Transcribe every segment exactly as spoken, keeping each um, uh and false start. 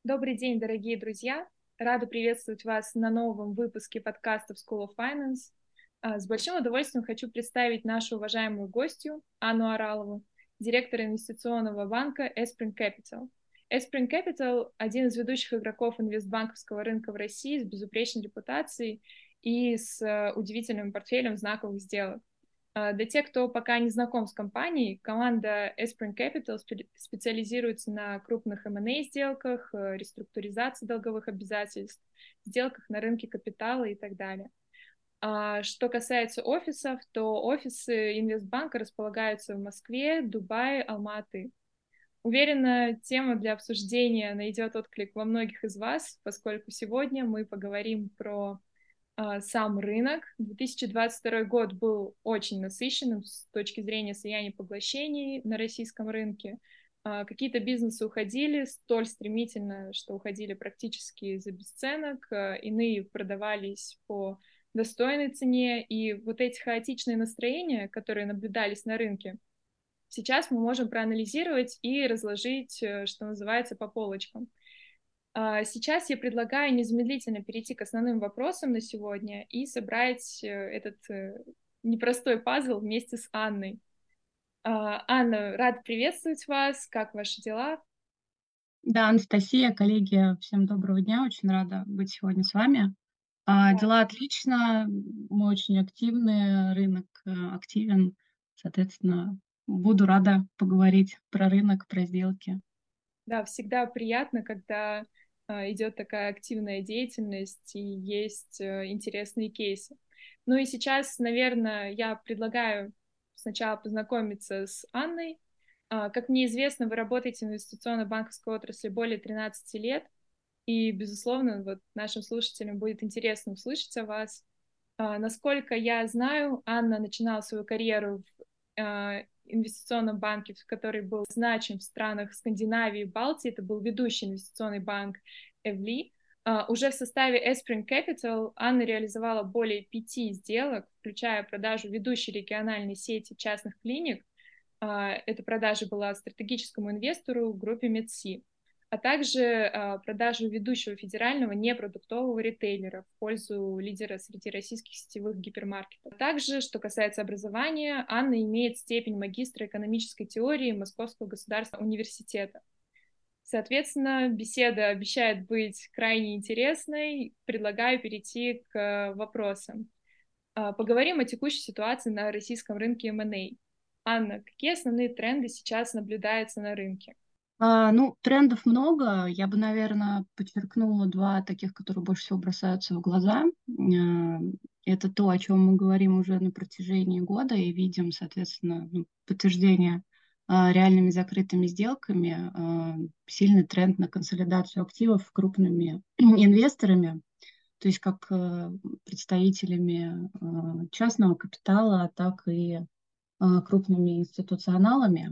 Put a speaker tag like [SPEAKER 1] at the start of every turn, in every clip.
[SPEAKER 1] Добрый день, дорогие друзья! Рада приветствовать вас на новом выпуске подкаста School of Finance. А, С большим удовольствием хочу представить нашу уважаемую гостью Анну Оралову, директора инвестиционного банка Espring Capital. Espring Capital — один из ведущих игроков инвестбанковского рынка в России с безупречной репутацией и с э, удивительным портфелем знаковых сделок. А, Для тех, кто пока не знаком с компанией, команда Espring Capital спе- специализируется на крупных эм энд эй-сделках, э, реструктуризации долговых обязательств, сделках на рынке капитала и так далее. А что касается офисов, то офисы Инвестбанка располагаются в Москве, Дубае, Алматы. Уверена, тема для обсуждения найдет отклик во многих из вас, поскольку сегодня мы поговорим про а, сам рынок. две тысячи двадцать второй год был очень насыщенным с точки зрения слияний и поглощений на российском рынке. А, Какие-то бизнесы уходили столь стремительно, что уходили практически за бесценок, а, иные продавались по достойной цене. И вот эти хаотичные настроения, которые наблюдались на рынке, сейчас мы можем проанализировать и разложить, э, что называется, по полочкам. А, Сейчас я предлагаю незамедлительно перейти к основным вопросам на сегодня и собрать э, этот э, непростой пазл вместе с Анной. А, Анна, рад приветствовать вас. Как ваши дела?
[SPEAKER 2] Да, Анастасия, коллеги, всем доброго дня. Очень рада быть сегодня с вами. А,
[SPEAKER 1] Да,
[SPEAKER 2] дела отлично, мы очень активны, рынок э, активен. Соответственно, буду рада поговорить про рынок, про сделки.
[SPEAKER 1] да, всегда приятно, когда а, идет такая активная деятельность и есть э, интересные кейсы. Ну и сейчас, наверное, я предлагаю сначала познакомиться с Анной. А, Как мне известно, вы работаете в инвестиционно-банковской отрасли более тринадцати лет, и, безусловно, вот нашим слушателям будет интересно услышать о вас. А, Насколько я знаю, Анна начинала свою карьеру в а, инвестиционном банке, который был значим в странах Скандинавии и Балтии. Это был ведущий инвестиционный банк Эвли. А, Уже в составе Espring Capital Анна реализовала более пяти сделок, включая продажу ведущей региональной сети частных клиник. А, Эта продажа была стратегическому инвестору в группе Медси, а также а, продажу ведущего федерального непродуктового ритейлера в пользу лидера среди российских сетевых гипермаркетов. Также, что касается образования, Анна имеет степень магистра экономической теории Московского государственного университета. Соответственно, беседа обещает быть крайне интересной. Предлагаю перейти к вопросам. А, Поговорим о текущей ситуации на российском рынке эм энд эй. Анна, какие основные тренды сейчас наблюдаются на рынке?
[SPEAKER 2] А, ну, трендов много. Я бы, наверное, подчеркнула два таких, которые больше всего бросаются в глаза. А, Это то, о чем мы говорим уже на протяжении года и видим, соответственно, ну, подтверждение а, реальными закрытыми сделками. А, Сильный тренд на консолидацию активов крупными инвесторами, то есть как э, представителями э, частного капитала, так и э, крупными институционалами.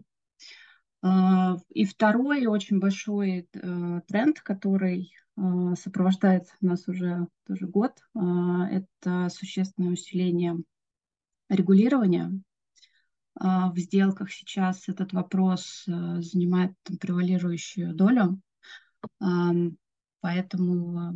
[SPEAKER 2] А, И второй очень большой э, тренд, который э, сопровождает нас уже тоже год, а, это существенное усиление регулирования. А, В сделках сейчас этот вопрос э, занимает там превалирующую долю, Ам, поэтому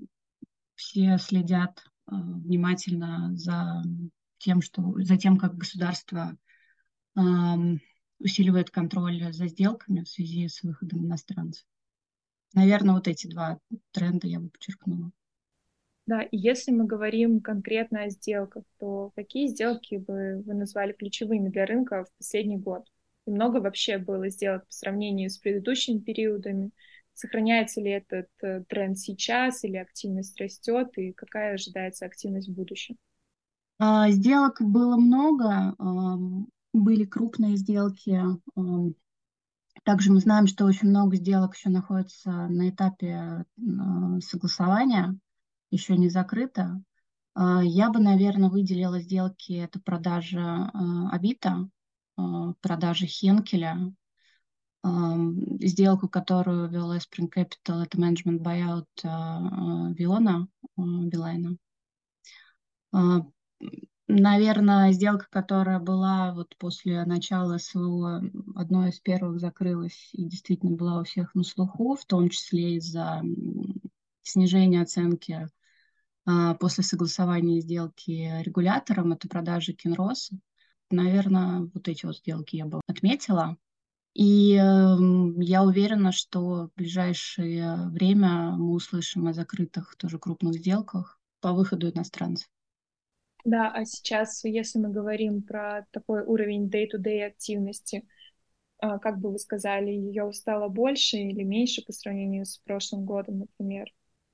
[SPEAKER 2] все следят э, внимательно за тем, что, за тем, как государство ам, усиливает контроль за сделками в связи с выходом иностранцев. Наверное, вот эти два тренда я бы подчеркнула.
[SPEAKER 1] Да, и если мы говорим конкретно о сделках, то какие сделки бы вы назвали ключевыми для рынка в последний год? И много вообще было сделок по сравнению с предыдущими периодами? Сохраняется ли этот э, тренд сейчас или активность растет? И какая ожидается активность в будущем?
[SPEAKER 2] А, Сделок было много, ам, были крупные сделки. ам, Также мы знаем, что очень много сделок еще находится на этапе а, согласования, еще не закрыто. А, Я бы, наверное, выделила сделки, это продажа а, Авито, а, продажа Хенкеля, ам, сделку, которую вел Spring Capital, это менеджмент buyout а, а, Виона, а, Билайна. А, Наверное, сделка, которая была вот после начала СВО, одной из первых закрылась и действительно была у всех на слуху, в том числе из-за снижения оценки а, после согласования сделки регулятором, это продажи Кинроса. Наверное, вот эти вот сделки я бы отметила. И э, я уверена, что в ближайшее время мы услышим о закрытых тоже крупных сделках по выходу иностранцев.
[SPEAKER 1] Да, а сейчас, если мы говорим про такой уровень day-to-day активности, а, как бы вы сказали, ее стало больше или меньше по сравнению с прошлым годом, например?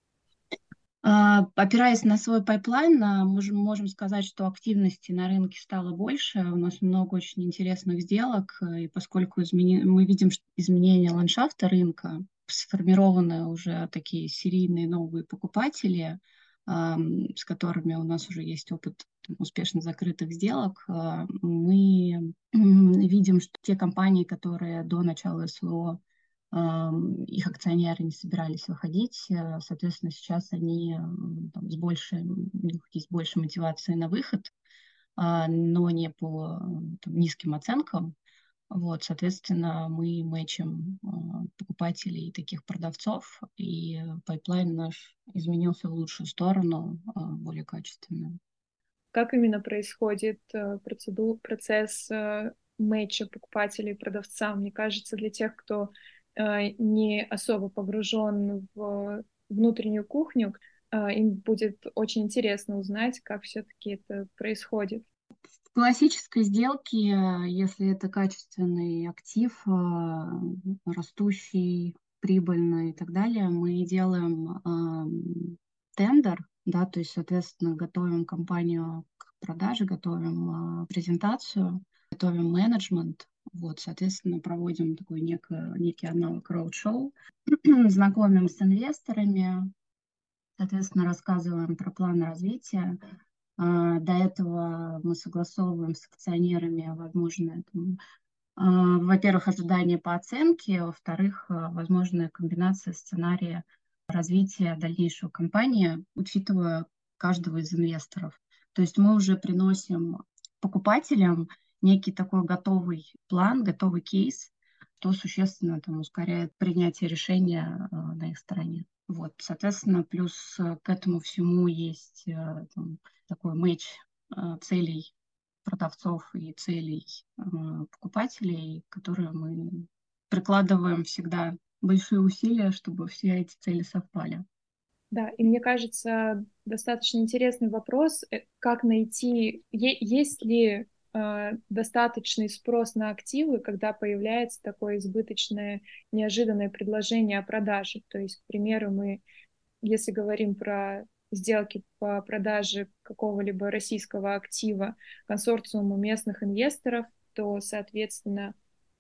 [SPEAKER 2] А, Опираясь на свой пайплайн, а, можем, можем сказать, что активности на рынке стало больше. У нас много очень интересных сделок, э, и поскольку измени... мы видим ш- изменение ландшафта рынка, сформированы уже такие серийные новые покупатели, ам, с которыми у нас уже есть опыт там, успешно закрытых сделок, а, мы м, видим, что те компании, которые до начала СВО их акционеры не собирались выходить. э, Соответственно, сейчас они м, там, с большей, у них есть больше мотивации на выход, а, но не по м, там, низким оценкам. Вот, соответственно, мы мэчим а, покупателей и таких продавцов, и пайплайн наш изменился в лучшую сторону, а, более качественную.
[SPEAKER 1] Как именно происходит э, процеду- процесс э, матча покупателей и продавца? Мне кажется, для тех, кто э, не особо погружен в внутреннюю кухню, э, им будет очень интересно узнать, как все-таки это происходит.
[SPEAKER 2] В классической сделке, э, если это качественный актив, э, растущий, прибыльный и так далее, мы делаем эм, тендер, да, то есть, соответственно, готовим компанию к продаже, готовим э, презентацию, готовим менеджмент, вот, соответственно, проводим такой некий, некий аналог роуд-шоу, знакомим с инвесторами, соответственно, рассказываем про план развития. А, До этого мы согласовываем с акционерами возможные, там, а, во-первых, ожидания по оценке, во-вторых, а, возможная комбинация сценария развития дальнейшего компании, учитывая каждого из инвесторов. То есть мы уже приносим покупателям некий такой готовый план, готовый кейс, что существенно там ускоряет принятие решения а, на их стороне. Вот, соответственно, плюс э, к этому всему есть э, там, такой матч э, целей продавцов и целей э, покупателей, которые мы прикладываем всегда большие усилия, чтобы все эти цели совпали.
[SPEAKER 1] Да, и мне кажется, достаточно интересный вопрос, э, как найти, е- есть ли э, достаточный спрос на активы, когда появляется такое избыточное, неожиданное предложение о продаже. То есть, к примеру, мы, если говорим про сделки по продаже какого-либо российского актива консорциуму местных инвесторов, то, соответственно,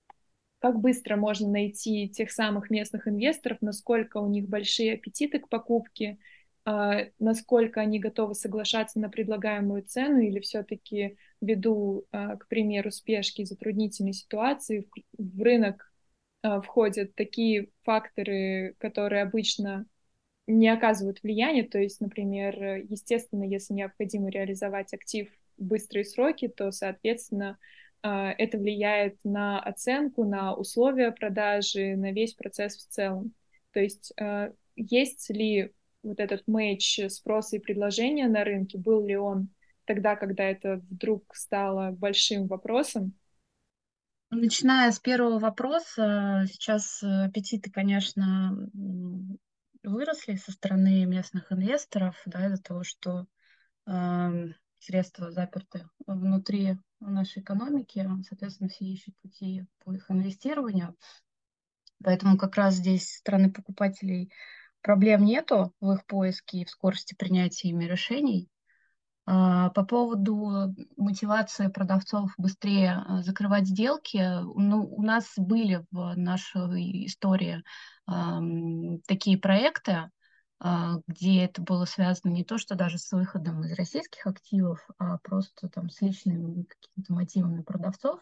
[SPEAKER 1] как быстро можно найти тех самых местных инвесторов, насколько у них большие аппетиты к покупке, а, насколько они готовы соглашаться на предлагаемую цену, или все-таки ввиду, а, к примеру, спешки и затруднительной ситуации в, в рынок а, входят такие факторы, которые обычно не оказывают влияния. То есть, например, естественно, если необходимо реализовать актив в быстрые сроки, то, соответственно, а, это влияет на оценку, на условия продажи, на весь процесс в целом. То есть а, есть ли вот этот мэйч спроса и предложения на рынке, был ли он тогда, когда это вдруг стало большим вопросом?
[SPEAKER 2] Начиная с первого вопроса, сейчас э, аппетиты, конечно, м, выросли со стороны местных инвесторов, да, из-за того, что эм, средства заперты внутри нашей экономики, соответственно, все ищут пути по их инвестированию. Поэтому как раз здесь со стороны покупателей проблем нету в их поиске и в скорости принятия ими решений. А, По поводу мотивации продавцов быстрее а, закрывать сделки, ну, у нас были в нашей истории ам, такие проекты, а, где это было связано не то, что даже с выходом из российских активов, а просто там с личными какими-то мотивами продавцов.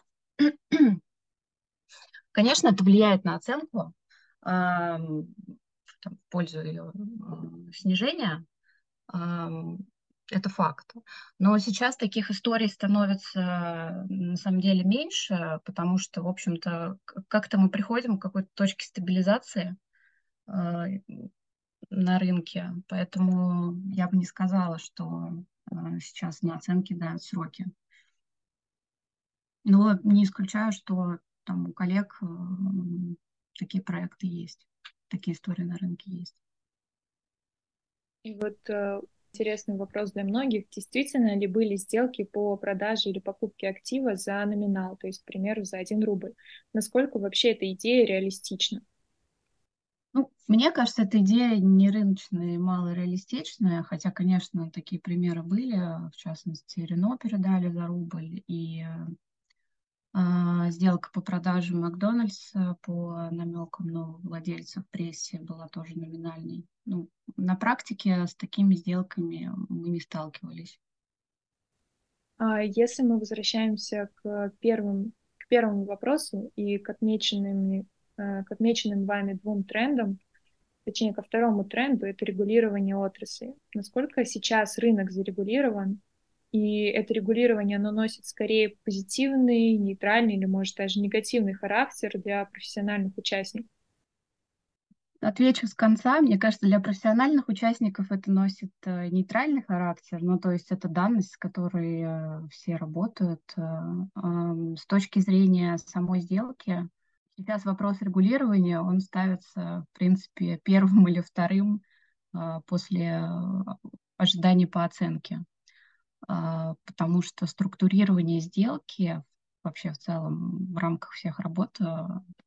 [SPEAKER 2] Конечно, это влияет на оценку ам, там, в пользу ее ам, снижения. Ам, Это факт. Но сейчас таких историй становится на самом деле меньше, потому что, в общем-то, к- как-то мы приходим к какой-то точке стабилизации э, на рынке. Поэтому я бы не сказала, что э, сейчас на оценке дают сроки. Но не исключаю, что там у коллег э, такие проекты есть, такие истории на рынке есть.
[SPEAKER 1] И вот э, интересный вопрос для многих. Действительно ли были сделки по продаже или покупке актива за номинал, то есть, к примеру, за один рубль? Насколько вообще эта идея реалистична?
[SPEAKER 2] Ну, мне кажется, эта идея не рыночная и малореалистичная, хотя, конечно, такие примеры были. В частности, Рено передали за рубль, и а, сделка по продаже Макдональдс э, по намекам нового владельца в прессе была тоже номинальной. Ну, на практике с такими сделками мы не сталкивались.
[SPEAKER 1] А если мы возвращаемся к первым, к первому вопросу и к отмеченным, э, к отмеченным вами двум трендам, точнее, ко второму тренду, это регулирование отрасли. Насколько сейчас рынок зарегулирован, и это регулирование, оно носит скорее позитивный, нейтральный или, может, даже негативный характер для профессиональных участников?
[SPEAKER 2] Отвечу с конца. Мне кажется, для профессиональных участников это носит э, нейтральный характер, ну, то есть это данность, с которой э, все работают. Э, ам, с точки зрения самой сделки, сейчас вопрос регулирования, он ставится, в принципе, первым или вторым э, после э, ожиданий по оценке. А, потому что структурирование сделки вообще в целом в рамках всех работ э,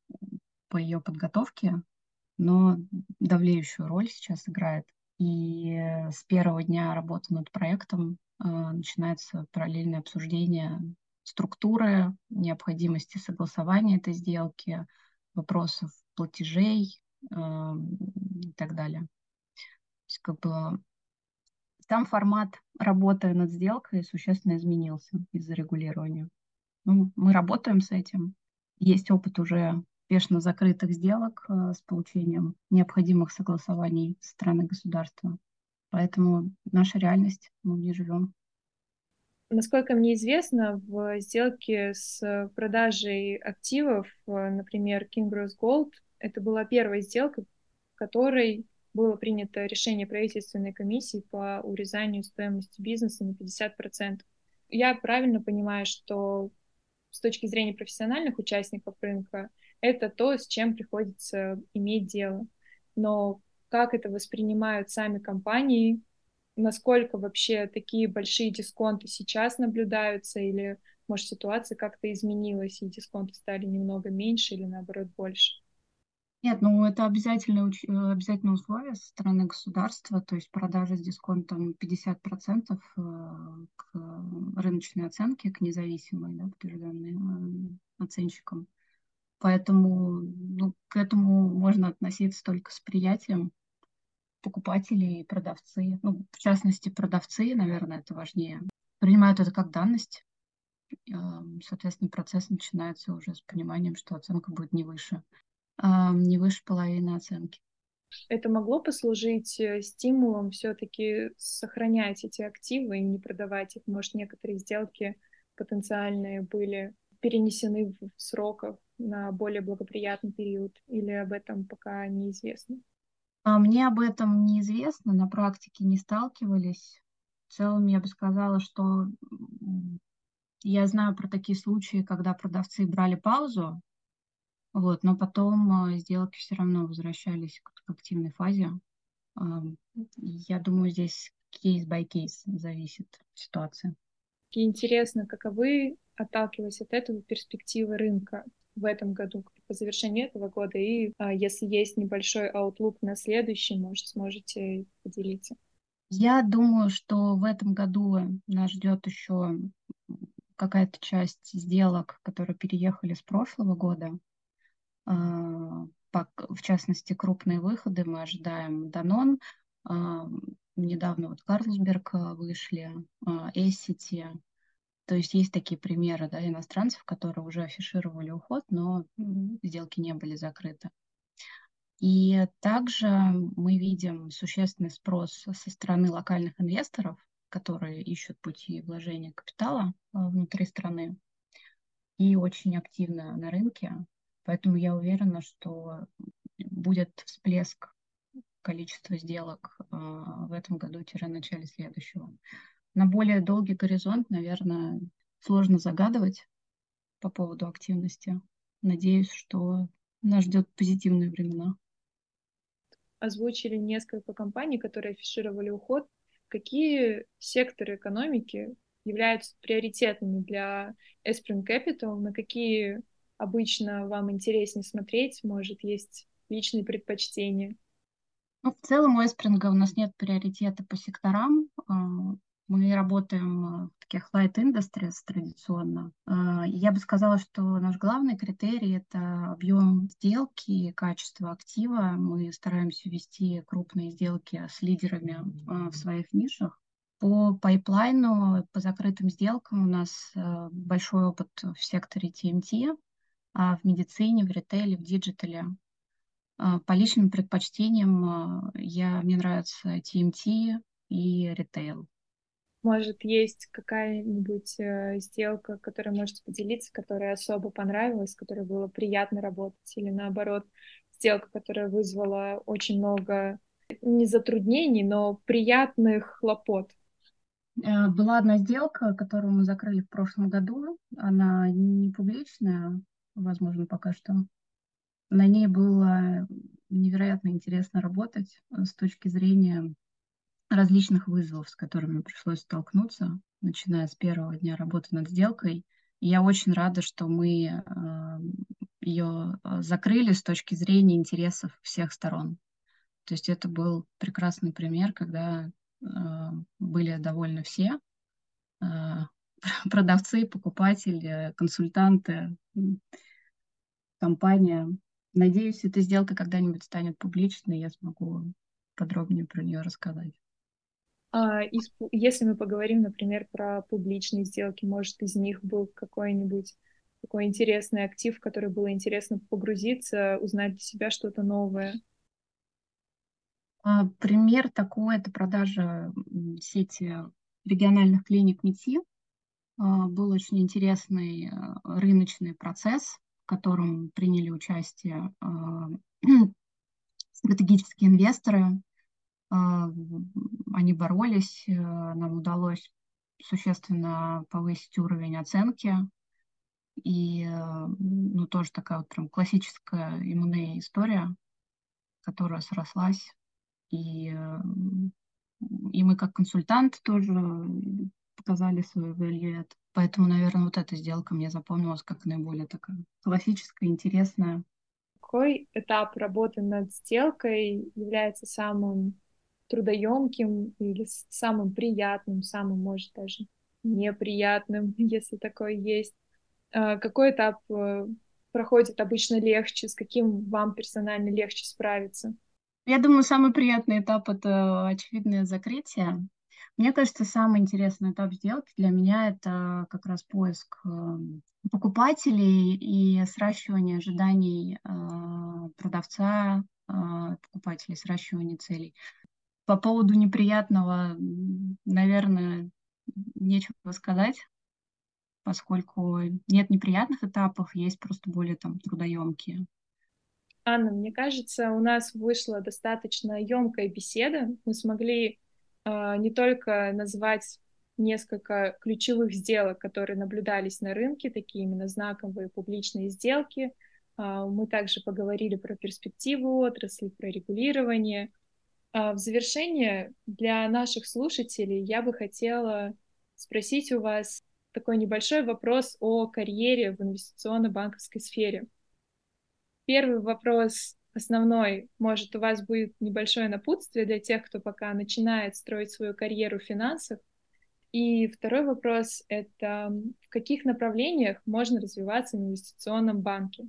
[SPEAKER 2] по ее подготовке, но давлеющую роль сейчас играет. И э, с первого дня работы над проектом э, начинается параллельное обсуждение структуры, необходимости согласования этой сделки, вопросов платежей э, и так далее. То есть как бы сам формат работы над сделкой существенно изменился из-за регулирования. Ну, мы работаем с этим. Есть опыт уже успешно закрытых сделок э, с получением необходимых согласований со стороны государства. Поэтому наша реальность, мы в ней живем.
[SPEAKER 1] Насколько мне известно, в сделке с продажей активов, э, например, Kingross Gold, это была первая сделка, в которой было принято решение правительственной комиссии по урезанию стоимости бизнеса на пятьдесят процентов. Я правильно понимаю, что с точки зрения профессиональных участников рынка это то, с чем приходится иметь дело. Но как это воспринимают сами компании, насколько вообще такие большие дисконты сейчас наблюдаются, или, может, ситуация как-то изменилась, и дисконты стали немного меньше или, наоборот, больше?
[SPEAKER 2] Нет, ну это обязательное, уч- э, обязательное условие со стороны государства, то есть продажа с дисконтом пятьдесят процентов э, к рыночной оценке, к независимой, да, подтвержденной э, оценщикам. Поэтому ну, к этому можно относиться только с приятием. Покупатели и продавцы, ну, в частности, продавцы, наверное, это важнее, принимают это как данность. Эм, Соответственно, процесс начинается уже с пониманием, что оценка будет не выше, а, не выше половины оценки.
[SPEAKER 1] Это могло послужить э, стимулом все-таки сохранять эти активы и не продавать их? Может, некоторые сделки потенциальные были перенесены в сроках на более благоприятный период, или об этом пока неизвестно?
[SPEAKER 2] А мне об этом неизвестно, на практике не сталкивались. В целом, я бы сказала, что м, я знаю про такие случаи, когда продавцы брали паузу, вот, но потом а, сделки все равно возвращались к к активной фазе. Ам, Я думаю, здесь кейс by кейс зависит ситуация.
[SPEAKER 1] И интересно, каковы, отталкиваясь от этого, перспективы рынка в этом году, по завершению этого года, и а, если есть небольшой аутлук на следующий, может, сможете поделиться.
[SPEAKER 2] Я думаю, что в этом году нас ждет еще какая-то часть сделок, которые переехали с прошлого года. А, пак- В частности, крупные выходы мы ожидаем Данон. а, Недавно вот Карлсберг а, вышли, а, Эссити. То есть есть такие примеры, да, иностранцев, которые уже афишировали уход, но м, сделки не были закрыты. И также мы видим существенный спрос со стороны локальных инвесторов, которые ищут пути вложения капитала внутри страны и очень активно на рынке. Поэтому я уверена, что будет всплеск количества сделок в этом году-начале следующего. На более долгий горизонт, наверное, сложно загадывать по поводу активности. Надеюсь, что нас ждет позитивные времена.
[SPEAKER 1] Озвучили несколько компаний, которые афишировали уход. Какие секторы экономики являются приоритетными для Espring Capital? На какие обычно вам интереснее смотреть? Может, есть личные предпочтения?
[SPEAKER 2] Ну, в целом у Эспринга у нас нет приоритета по секторам. Мы работаем в таких light industries традиционно. Я бы сказала, что наш главный критерий — это объем сделки и качество актива. Мы стараемся вести крупные сделки с лидерами в своих нишах. По пайплайну, по закрытым сделкам у нас большой опыт в секторе ти эм ти, а в медицине, в ритейле, в диджитале. По личным предпочтениям я, мне нравится ти эм ти и ритейл.
[SPEAKER 1] Может, есть какая-нибудь э, сделка, которой можете поделиться, которая особо понравилась, с которой было приятно работать, или наоборот, сделка, которая вызвала очень много не затруднений, но приятных хлопот?
[SPEAKER 2] Была одна сделка, которую мы закрыли в прошлом году. Она не публичная, возможно, пока что. На ней было невероятно интересно работать с точки зрения различных вызовов, с которыми пришлось столкнуться, начиная с первого дня работы над сделкой. И я очень рада, что мы э, ее закрыли с точки зрения интересов всех сторон. То есть это был прекрасный пример, когда э, были довольны все, э, продавцы, покупатели, консультанты, компания. Надеюсь, эта сделка когда-нибудь станет публичной, и я смогу подробнее про нее рассказать.
[SPEAKER 1] А, из, если мы поговорим, например, про публичные сделки, может, из них был какой-нибудь такой интересный актив, в который было интересно погрузиться, узнать для себя что-то новое?
[SPEAKER 2] А, пример такой — это продажа сети региональных клиник МИТИ. А, был очень интересный а, рыночный процесс, в котором приняли участие а, стратегические инвесторы. А, Они боролись, а, нам удалось существенно повысить уровень оценки. И, а, ну, тоже такая вот прям классическая эм энд эй история, которая срослась. И, а, и мы как консультант тоже показали свой value add. Поэтому, наверное, вот эта сделка мне запомнилась как наиболее такая классическая, интересная.
[SPEAKER 1] Какой этап работы над сделкой является самым трудоемким или с- самым приятным, самым, может, даже неприятным, если такой есть? А, Какой этап э, проходит обычно легче, с каким вам персонально легче справиться?
[SPEAKER 2] Я думаю, самый приятный этап — это очевидное закрытие. Мне кажется, самый интересный этап сделки для меня — это как раз поиск э, покупателей и сращивание ожиданий э, продавца, э, покупателей, сращивание целей. По поводу неприятного, м, наверное, нечего сказать, поскольку нет неприятных этапов, есть просто более там трудоемкие.
[SPEAKER 1] Анна, мне кажется, у нас вышла достаточно емкая беседа. Мы смогли э, не только назвать несколько ключевых сделок, которые наблюдались на рынке, такие именно знаковые публичные сделки. А, мы также поговорили про перспективу отрасли, про регулирование. А, в завершение для наших слушателей я бы хотела спросить у вас такой небольшой вопрос о карьере в инвестиционно-банковской сфере. Первый вопрос основной, может, у вас будет небольшое напутствие для тех, кто пока начинает строить свою карьеру в финансах. И второй вопрос — это в каких направлениях можно развиваться в инвестиционном банке?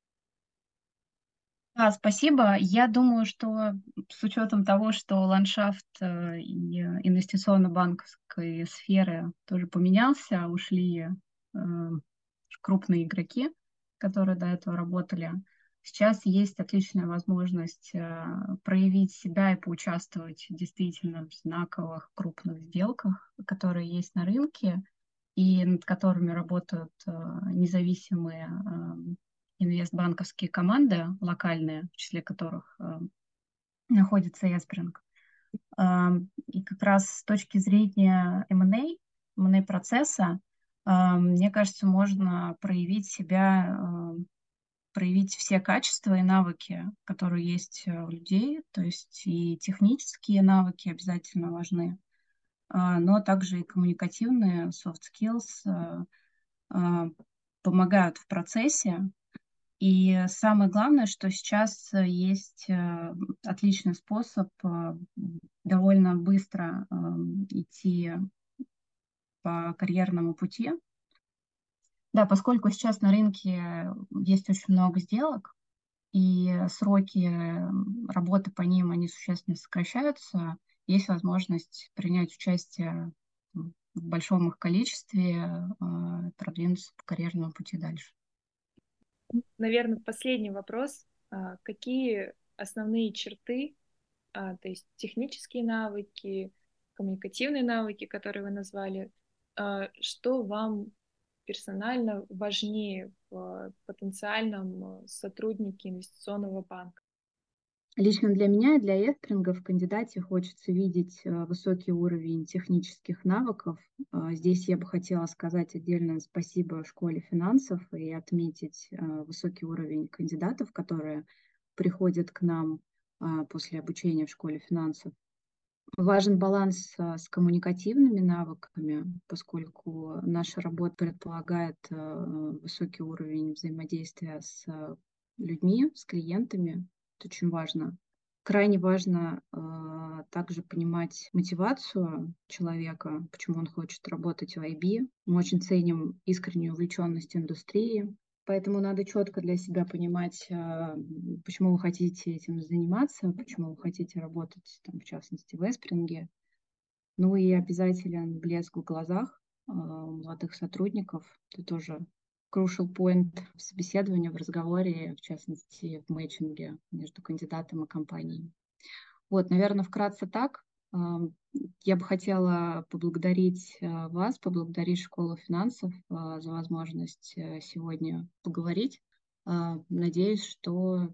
[SPEAKER 2] Да, спасибо. Я думаю, что с учетом того, что ландшафт э, и инвестиционно-банковской сферы тоже поменялся, ушли э, крупные игроки, которые до этого работали. Сейчас есть отличная возможность э, проявить себя и поучаствовать действительно в знаковых крупных сделках, которые есть на рынке и над которыми работают э, независимые э, инвестбанковские команды локальные, в числе которых э, находится Эсперинг. Э, и как раз с точки зрения эм энд эй, эм энд эй процесса, э, мне кажется, можно проявить себя э, проявить все качества и навыки, которые есть э, у людей, то есть и технические навыки обязательно важны, а, но также и коммуникативные, soft skills э, а, помогают в процессе. И самое главное, что сейчас э, есть э, отличный способ э, довольно быстро э, идти по карьерному пути. Да, поскольку сейчас на рынке есть очень много сделок, и сроки м, работы по ним, они существенно сокращаются, есть возможность принять участие м, в большом их количестве, э, продвинуться по карьерному пути дальше.
[SPEAKER 1] Наверное, последний вопрос. А, Какие основные черты, а, то есть технические навыки, коммуникативные навыки, которые вы назвали, а, что вам персонально важнее в потенциальном э, сотруднике инвестиционного банка?
[SPEAKER 2] Лично для меня и для Эсперинга в кандидате хочется видеть э, высокий уровень технических навыков. А, Здесь я бы хотела сказать отдельное спасибо школе финансов и отметить э, высокий уровень кандидатов, которые приходят к нам а, после обучения в школе финансов. Важен баланс а, с коммуникативными навыками, поскольку наша работа предполагает а, высокий уровень взаимодействия с а, людьми, с клиентами. Это очень важно. Крайне важно а, также понимать мотивацию человека, почему он хочет работать в ай би. Мы очень ценим искреннюю увлеченность индустрией, поэтому надо четко для себя понимать, а, м, почему вы хотите этим заниматься, почему вы хотите работать, там, в частности, в Эспринге. Ну и обязателен блеск в глазах а, у молодых сотрудников. Это тоже crucial point в собеседовании, в разговоре, в частности, в мэтчинге между кандидатом и компанией. Вот, наверное, вкратце так. Ам, Я бы хотела поблагодарить а, вас, поблагодарить Школу финансов а, за возможность э, сегодня поговорить. А, Надеюсь, что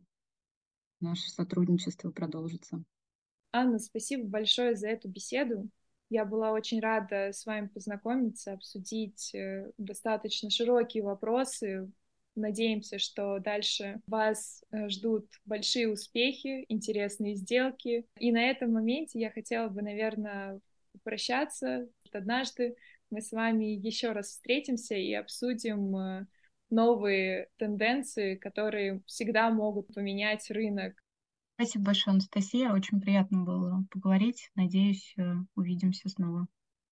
[SPEAKER 2] наше сотрудничество продолжится.
[SPEAKER 1] Анна, спасибо большое за эту беседу. Я была очень рада с вами познакомиться, обсудить э, достаточно широкие вопросы. Надеемся, что дальше вас э, ждут большие успехи, интересные сделки. И на этом моменте я хотела бы, наверное, попрощаться. Однажды мы с вами еще раз встретимся и обсудим э, новые тенденции, которые всегда могут поменять рынок.
[SPEAKER 2] Спасибо большое, Анастасия. Очень приятно было поговорить. Надеюсь, э, увидимся снова.